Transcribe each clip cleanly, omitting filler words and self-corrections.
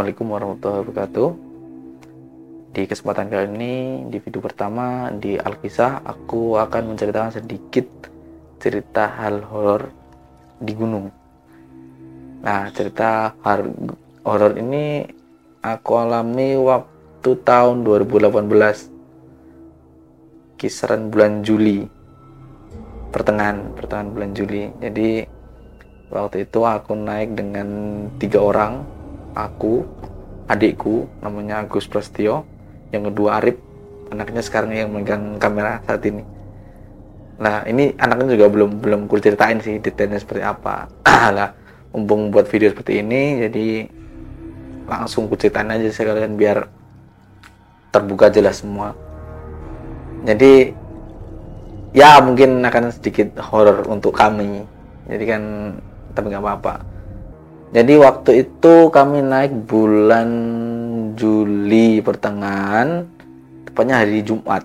Assalamualaikum warahmatullahi wabarakatuh. Di kesempatan kali ini, di video pertama di Alkisah, aku akan menceritakan sedikit cerita hal horor di gunung. Nah, cerita horor ini aku alami waktu tahun 2018, kisaran bulan Juli, pertengahan bulan Juli. Jadi waktu itu aku naik dengan 3 orang. Aku, adikku namanya Agus Prasetyo, yang kedua Arif, anaknya sekarang yang megang kamera saat ini. Nah, ini anaknya juga belum ku ceritain sih detailnya seperti apa. Lah, mumpung buat video seperti ini, jadi langsung ku ceritain aja sekalian biar terbuka jelas semua. Jadi ya mungkin akan sedikit horor untuk kami. Jadi kan tapi nggak apa-apa. Jadi waktu itu kami naik bulan Juli pertengahan, tepatnya hari Jumat.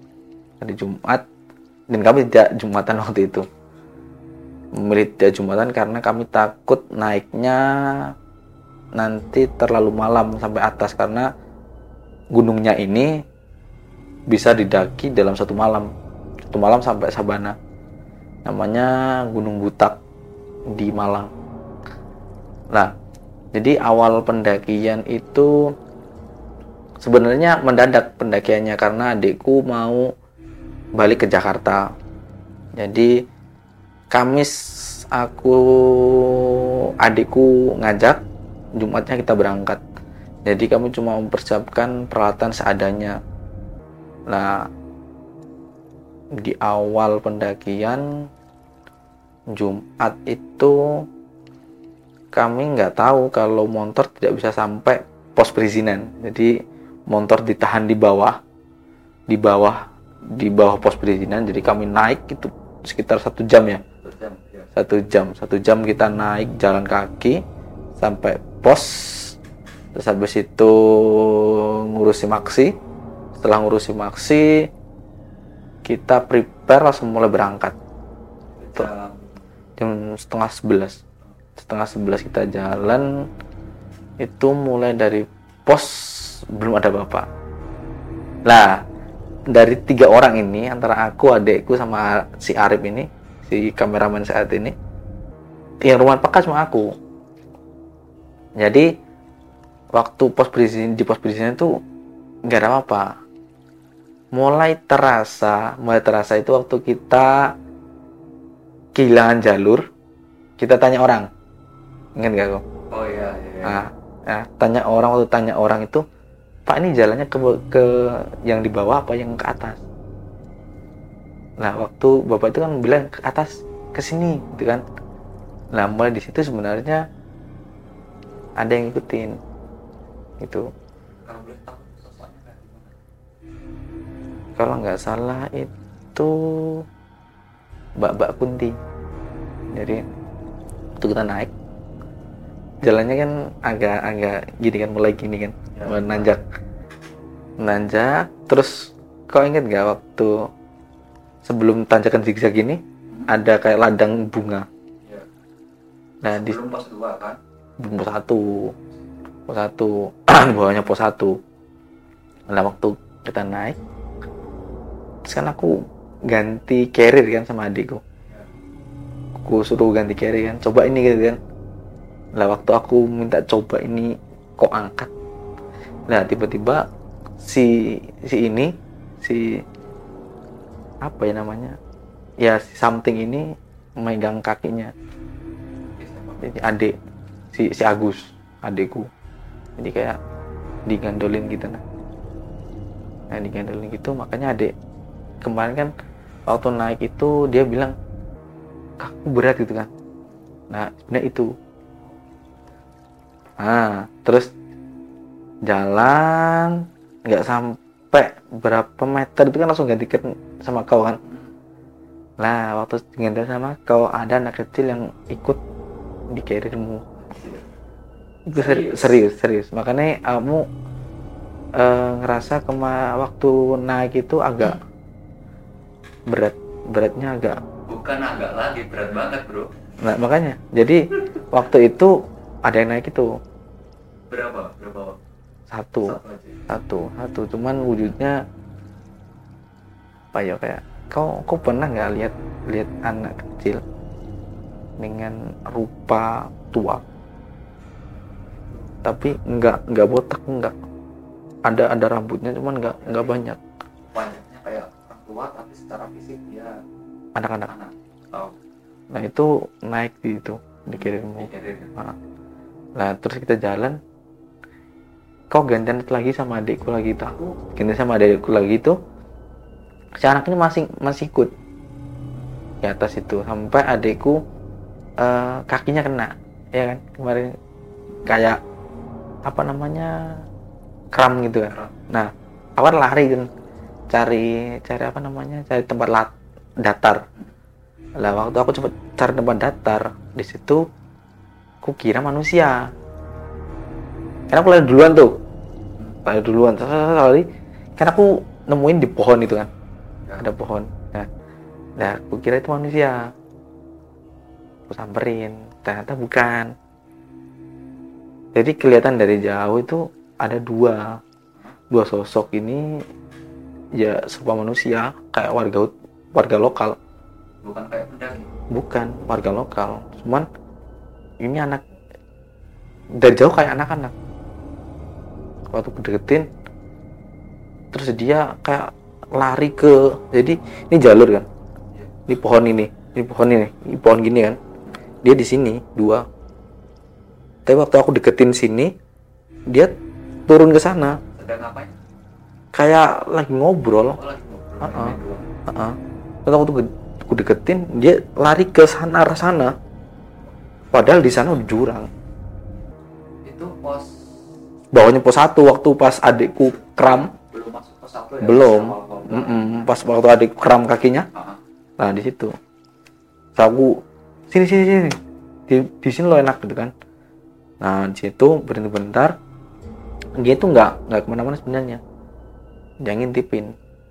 Dan kami tidak Jumatan waktu itu. Memilih tidak Jumatan karena kami takut naiknya nanti terlalu malam sampai atas, karena gunungnya ini bisa didaki dalam satu malam sampai Sabana. Namanya Gunung Butak di Malang. Nah, jadi awal pendakian itu sebenarnya mendadak pendakiannya karena adikku mau balik ke Jakarta. Jadi Kamis adikku ngajak, Jumatnya kita berangkat. Jadi kami cuma mempersiapkan peralatan seadanya. Nah, di awal pendakian Jumat itu kami nggak tahu kalau motor tidak bisa sampai pos perizinan. Jadi motor ditahan di bawah pos perizinan. Jadi kami naik itu sekitar 1 jam ya. 1 jam kita naik jalan kaki sampai pos. Terus habis itu ngurusi maksi. Setelah ngurusi maksi, kita prepare langsung mulai berangkat. Jam setengah 11 kita jalan. Itu mulai dari pos belum ada bapak. Lah, dari 3 orang ini, antara aku, adekku sama si Arif ini, si kameramen saat ini, yang rumah peka cuma aku. Jadi waktu di pos perizinan itu nggak ada apa-apa. Mulai terasa itu waktu kita kehilangan jalur, kita tanya orang. Ingat gak kok? Oh iya. Tanya orang itu, Pak, ini jalannya ke yang di bawah apa yang ke atas? Nah, waktu bapak itu kan bilang ke atas, ke sini, gitu kan? Nah, mulai di situ sebenarnya ada yang ngikutin, gitu. Kalau boleh tahu sosoknya kayak gimana? Kalau nggak salah itu Mbak Kunti. Jadi waktu kita naik, jalannya kan agak gini kan, mulai gini kan, ya, nanjak. Terus kau ingat nggak waktu sebelum tanjakan zigzag ini ada kayak ladang bunga? Ya. Nah, belum pos 2 kan? Belum pos 1 di bawahnya pos 1. Nah, waktu kita naik, terus kan aku ganti carrier kan sama adikku. Aku suruh ganti carrier kan, coba ini gitu kan. Lah, waktu aku minta coba ini kok angkat. Nah, tiba-tiba si apa ya namanya? Ya, si something ini memegang kakinya. Jadi si Agus, adikku. Jadi kayak digandolin gitu digandolin gitu, makanya adik kemarin kan waktu naik itu dia bilang kaku berat gitu kan. Nah, sebenarnya itu. Terus jalan nggak sampai berapa meter itu kan langsung gantikan sama kau kan. Nah, waktu gantikan sama kau ada anak kecil yang ikut di carriermu. Itu serius. Makanya kamu ngerasa waktu naik itu agak beratnya agak. Bukan agak lagi, berat banget bro. Nah, makanya jadi waktu itu ada yang naik itu. Berapa? Satu Satu aja. satu cuman wujudnya apa ya, kayak kau pernah nggak lihat anak kecil dengan rupa tua tapi nggak botak, nggak ada rambutnya cuman nggak banyak, Banyaknya kayak orang tua tapi secara fisik dia anak-anak. anak. Tahu. Nah itu naik di itu di kirimmu. Nah terus kita jalan, kau gantian lagi sama adikku lagi tuh, aku gantian sama adikku lagi tuh, si anaknya masih ikut di atas itu sampai adikku kakinya kena, ya kan kemarin kayak apa namanya kram gitu kan. Kram. Nah awal lari kan cari apa namanya, cari tempat datar. Lah waktu aku cepet cari tempat datar di situ, aku kira manusia karena aku lari duluan sekali karena aku nemuin di pohon itu kan, ada pohon. Nah aku kira itu manusia, aku samperin, ternyata bukan. Jadi kelihatan dari jauh itu ada dua sosok ini ya serupa manusia, kayak warga lokal. Bukan kayak pendaki. Bukan warga lokal, cuman ini anak dari jauh kayak anak-anak. Waktu deketin terus dia kayak lari ke, jadi ini jalur kan, ini pohon gini kan, dia di sini dua. Tapi waktu aku deketin sini dia turun ke sana Sedang ngapain? kayak lagi ngobrol. Oh, lagi ngobrol. Main doang. Terus aku deketin dia lari ke sana arah sana, padahal di sana udah jurang. Itu pos Bawahnya pos 1 waktu pas adikku kram. belum masuk pos 1 ya? Belum. Awal-awal. Pas waktu adikku kram kakinya. Ah, Nah di situ. Terus aku sini. Di sini lo enak gitu kan. Nah di situ berhenti bentar. Dia tuh nggak kemana-mana sebenarnya. Dia ngintipin.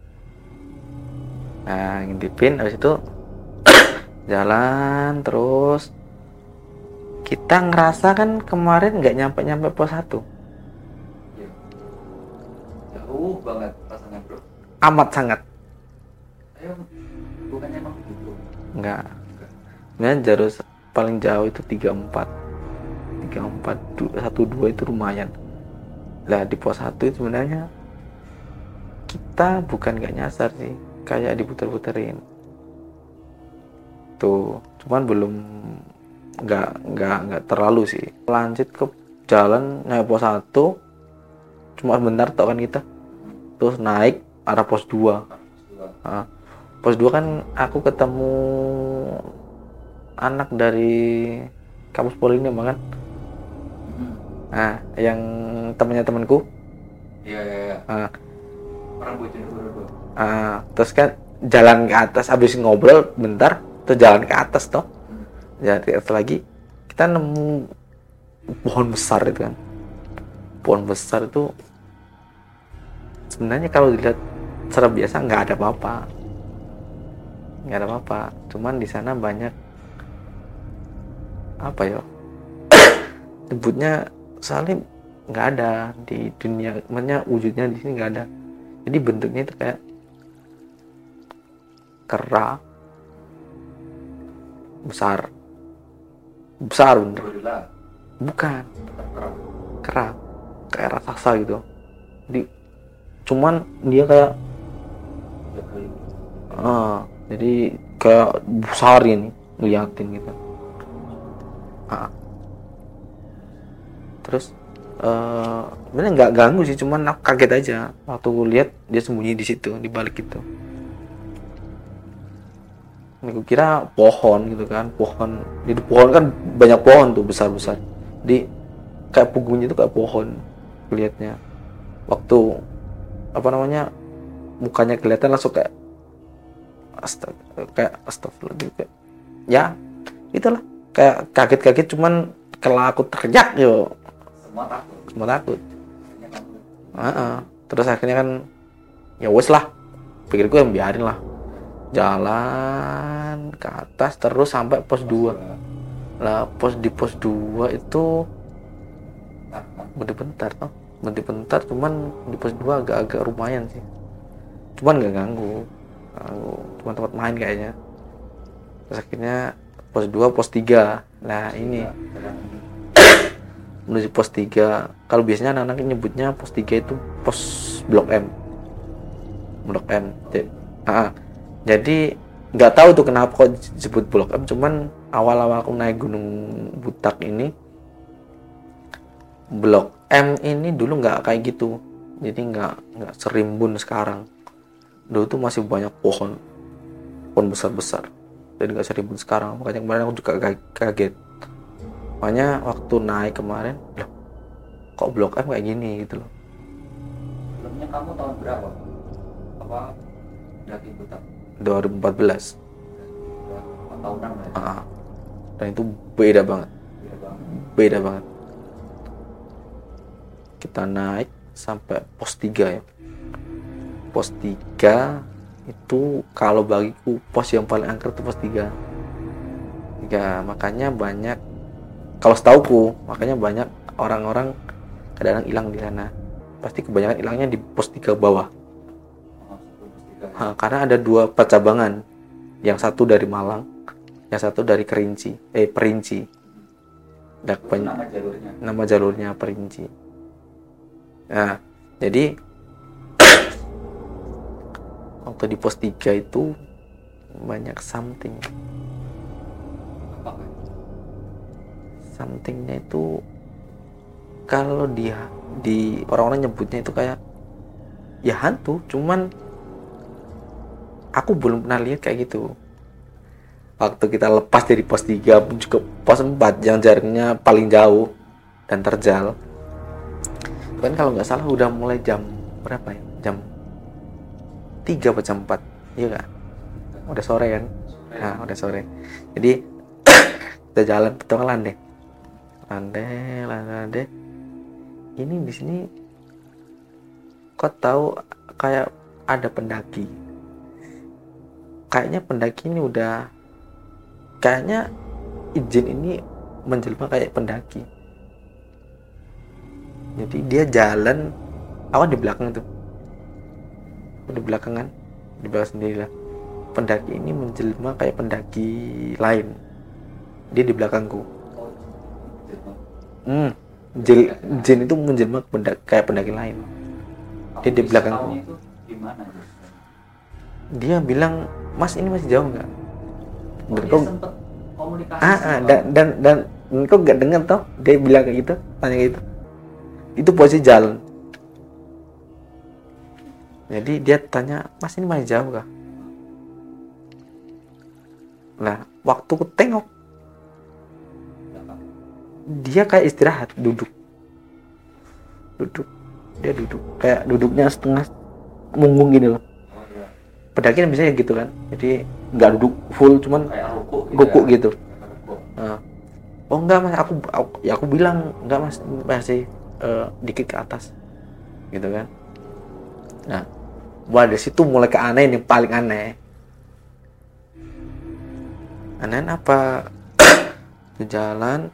Nah ngintipin, habis itu jalan terus. Kita ngerasa kan kemarin nggak nyampe pos 1. iya. Jauh banget rasanya bro. Amat sangat. Ayo, bukannya emang gitu? Enggak. Sebenarnya jarum paling jauh itu 34, 12 itu lumayan. Lah di pos 1 itu sebenarnya kita bukan nggak nyasar sih, kayak diputer-puterin tuh, cuman belum nggak terlalu sih. Lanjut ke jalan naik pos 1 cuma bentar tau kan kita, terus naik arah pos 2. Nah, pos 2 kan aku ketemu anak dari kampus Polini kan. Nah yang temanku. Iya. Orang bocil dulu. Terus kan jalan ke atas, abis ngobrol bentar terus jalan ke atas toh. Jalan ke atas lagi kita nemu pohon besar itu kan. Pohon besar itu sebenarnya kalau dilihat secara biasa nggak ada apa-apa, cuman di sana banyak apa ya sebutnya, soalnya nggak ada di dunia, maksudnya wujudnya di sini nggak ada. Jadi bentuknya itu kayak kera besar bener. Gorila. Bukan kera, kayak raksasa gitu. Cuman dia kayak jadi kayak besar ini ngeliatin gitu. Terus sebenarnya nggak ganggu sih, cuman aku kaget aja waktu lihat dia sembunyi di situ, di balik itu. Aku kira pohon gitu kan, di pohon kan banyak pohon tuh besar-besar, di kayak punggungnya itu kayak pohon kelihatnya. Waktu apa namanya mukanya kelihatan langsung kayak astagfirullah gitu, kayak ya itulah, kayak kaget cuman kalau aku terkejak yo semua takut. Terus akhirnya kan ya wes lah, pikirku yang biarin lah, jalan ke atas terus sampai pos 2 lah. Di pos 2 itu berhenti bentar, cuman di pos 2 agak-agak lumayan sih, cuman nggak ganggu, cuma tempat main kayaknya. Terus akhirnya pos 2 pos 3. Nah ini menuju pos 3, kalau biasanya anak-anak nyebutnya pos 3 itu pos Blok M. Jadi nggak tahu tuh kenapa kok disebut Blok M, cuman awal-awal aku naik Gunung Butak ini, Blok M ini dulu nggak kayak gitu, jadi nggak serimbun sekarang. Dulu tuh masih banyak pohon besar-besar, jadi nggak serimbun sekarang. Makanya kemarin aku juga kaget, makanya waktu naik kemarin, loh kok Blok M kayak gini gitu loh. Sebelumnya kamu tahun berapa? Apa daki Butak? 2014. 4 tahunan lah ya? Dan itu beda banget. Kita naik sampai pos 3 ya. Pos 3 itu kalau bagiku pos yang paling angker itu pos 3. Makanya banyak, kalau setauku, makanya banyak orang-orang kadang hilang di sana. Pasti kebanyakan hilangnya di pos 3 bawah. Karena ada 2 percabangan, yang satu dari Malang, yang satu dari Perinci. Nama jalurnya Perinci. Nah, jadi waktu di pos 3 itu banyak somethingnya itu, kalau dia di orang-orang nyebutnya itu kayak ya hantu, cuman aku belum pernah lihat kayak gitu. Waktu kita lepas dari pos 3 juga pos 4 yang jaraknya paling jauh dan terjal, kan kalau nggak salah udah mulai jam berapa ya, jam 3 atau jam 4, iya nggak? Udah sore kan? Nah, udah sore. Jadi kita jalan, kita landai. Ini di sini kok tahu kayak ada pendaki. Kayaknya pendaki ini udah, kayaknya izin ini menjelma kayak pendaki. Jadi dia jalan, awan di belakang tuh, di belakang sendiri lah. Pendaki ini menjelma kayak pendaki lain, dia di belakangku. Jin itu menjelma kayak pendaki lain, dia di belakangku. Dia bilang, "Mas, ini masih jauh nggak?" Dan kok sempet komunikasi dan kok nggak dengar toh dia bilang kayak gitu, tanya kayak gitu. Itu posisi jalan. Jadi dia tanya, "Mas, ini masih jauh kah?" Nah, waktu ku tengok, dia kayak istirahat, duduk. Dia duduk, kayak duduknya setengah munggung gini loh. Pendaki kan biasanya gitu kan, jadi nggak duduk full, cuman ruku gitu. Oh enggak Mas, aku bilang enggak Mas, masih dikit ke atas, gitu kan. Nah, dari situ mulai ke aneh, yang paling aneh. Aneh apa? Jalan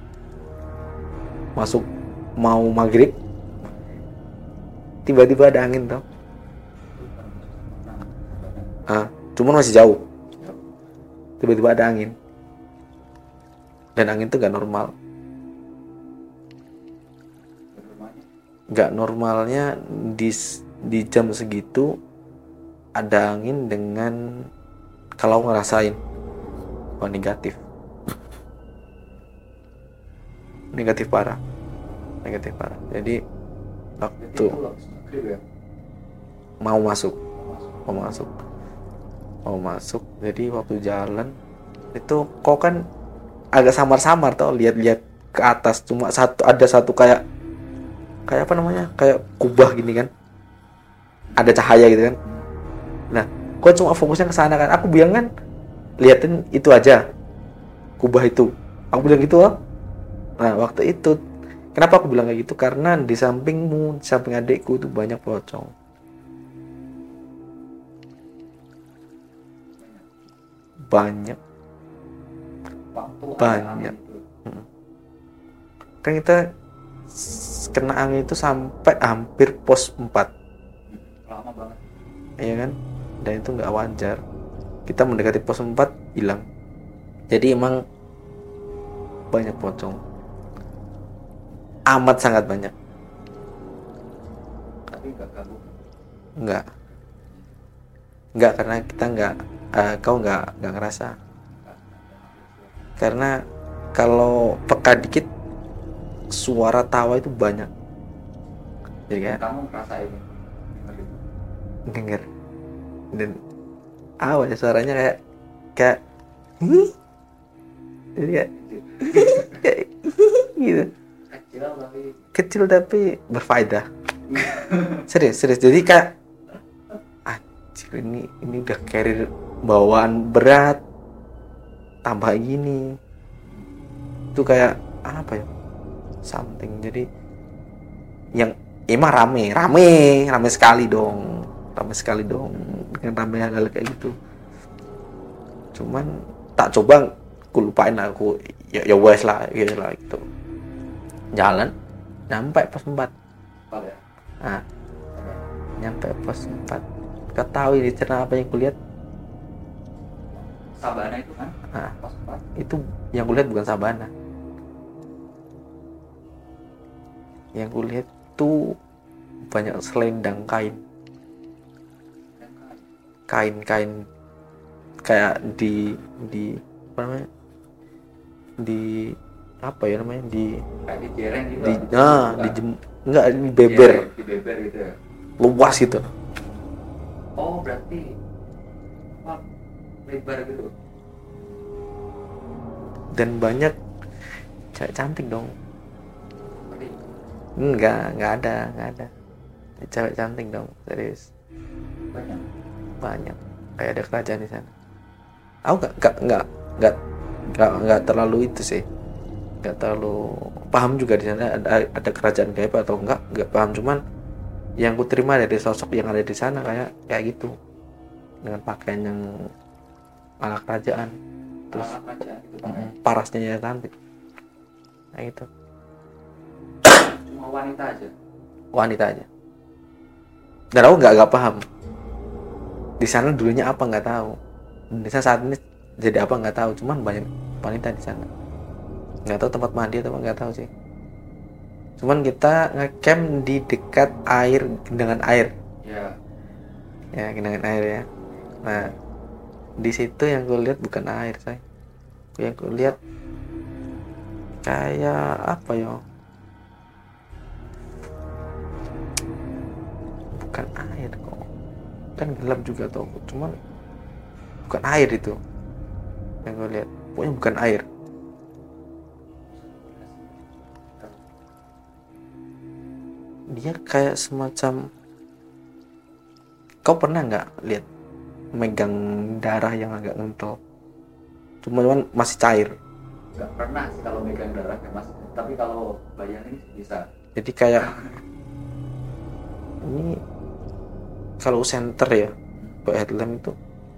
masuk mau maghrib, tiba-tiba ada angin tau. Cuman masih jauh. Tiba-tiba ada angin. Dan angin itu gak normal. Gak normalnya di jam segitu ada angin dengan, kalau ngerasain, negatif. Negatif parah. Jadi waktu mau masuk, jadi waktu jalan itu kok kan agak samar-samar tuh, lihat-lihat ke atas, cuma ada satu kayak apa namanya, kayak kubah gini kan, ada cahaya gitu kan. Nah, kok cuma fokusnya ke sana kan, aku bilang kan, liatin itu aja, kubah itu, aku bilang gitu loh. Nah, waktu itu kenapa aku bilang kayak gitu, karena di sampingmu, di samping adikku itu banyak pocong. Banyak. Kan kita kena angin itu sampai hampir pos 4. Lama banget. Iya kan, dan itu nggak wajar. Kita mendekati pos 4 hilang. Jadi emang banyak pocong, amat sangat banyak. Tapi nggak ganggu. Nggak karena kita nggak, kau nggak ngerasa. Karena kalau peka dikit suara tawa itu banyak. Jadi kayak Kamu ngerasain denger dan ya suaranya kayak jadi kayak gitu, kecil tapi berfaedah. serius jadi kayak anjir, ini udah carrier bawaan berat tambah gini, itu kayak apa ya, something. Jadi yang emang rame sekali dong dengan rame hal-hal kayak gitu. Cuman tak coba aku lupain, aku ya wes lah gitu. Jalan nyampe pos 4. ya? Nah, nyampe pos 4. Kau tahu ini cerita apa yang kulihat? Sabana itu kan? Nah, Pos 4. itu yang kulihat bukan sabana. Yang kulihat tuh banyak selendang kain kayak di apa namanya, apa ya namanya, Kayak di jereng gitu. enggak di beber, Di beber gitu ya. luas gitu. Oh, berarti apa? Lebar gitu. Dan banyak cewek cantik dong. Tapi Enggak ada cewek cantik dong, serius. banyak. Kayak ada kerajaan di sana. Aku nggak terlalu itu sih, nggak terlalu paham juga di sana ada kerajaan gaib atau nggak paham. Cuman yang ku terima dari sosok yang ada di sana kayak gitu, dengan pakaian yang ala kerajaan, terus Gitu, parasnya ya cantik, kayak gitu. Cuma Wanita aja. Dan aku nggak paham di sana dulunya apa, nggak tahu. Di sana saat ini jadi apa nggak tahu. Cuman banyak wanita di sana. Nggak tahu tempat mandi atau nggak tahu sih. Cuman kita ngecamp di dekat genangan air. Ya, genangan air ya. Nah, di situ yang gue lihat bukan air, say. Yang gue lihat kayak apa ya? Bukan air kok. Kan gelap juga tuh. Cuman bukan air itu. Yang gue lihat, pokoknya bukan air. Dia kayak semacam, kau pernah nggak lihat megang darah yang agak ngentel, cuman masih cair? Nggak pernah sih kalau megang darah kayak Mas, tapi kalau bayangin bisa. Jadi kayak ini kalau center ya, pakai headlamp itu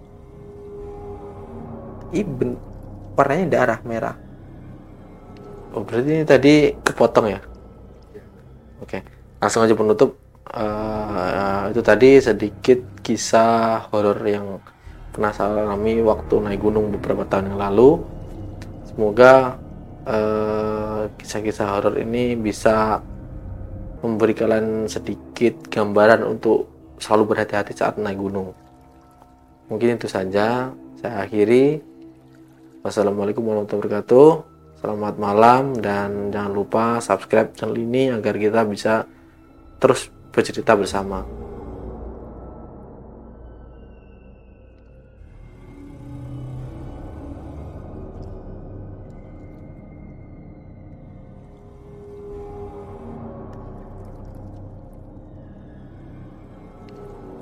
warnanya darah merah. Oh, berarti ini tadi kepotong ya? Oke. Langsung aja penutup. Itu tadi sedikit kisah horor yang pernah saya alami waktu naik gunung beberapa tahun yang lalu. Semoga kisah-kisah horor ini bisa memberi kalian sedikit gambaran untuk selalu berhati-hati saat naik gunung. Mungkin itu saja, saya akhiri. Wassalamualaikum warahmatullahi wabarakatuh. Selamat malam, dan jangan lupa subscribe channel ini agar kita bisa terus bercerita bersama.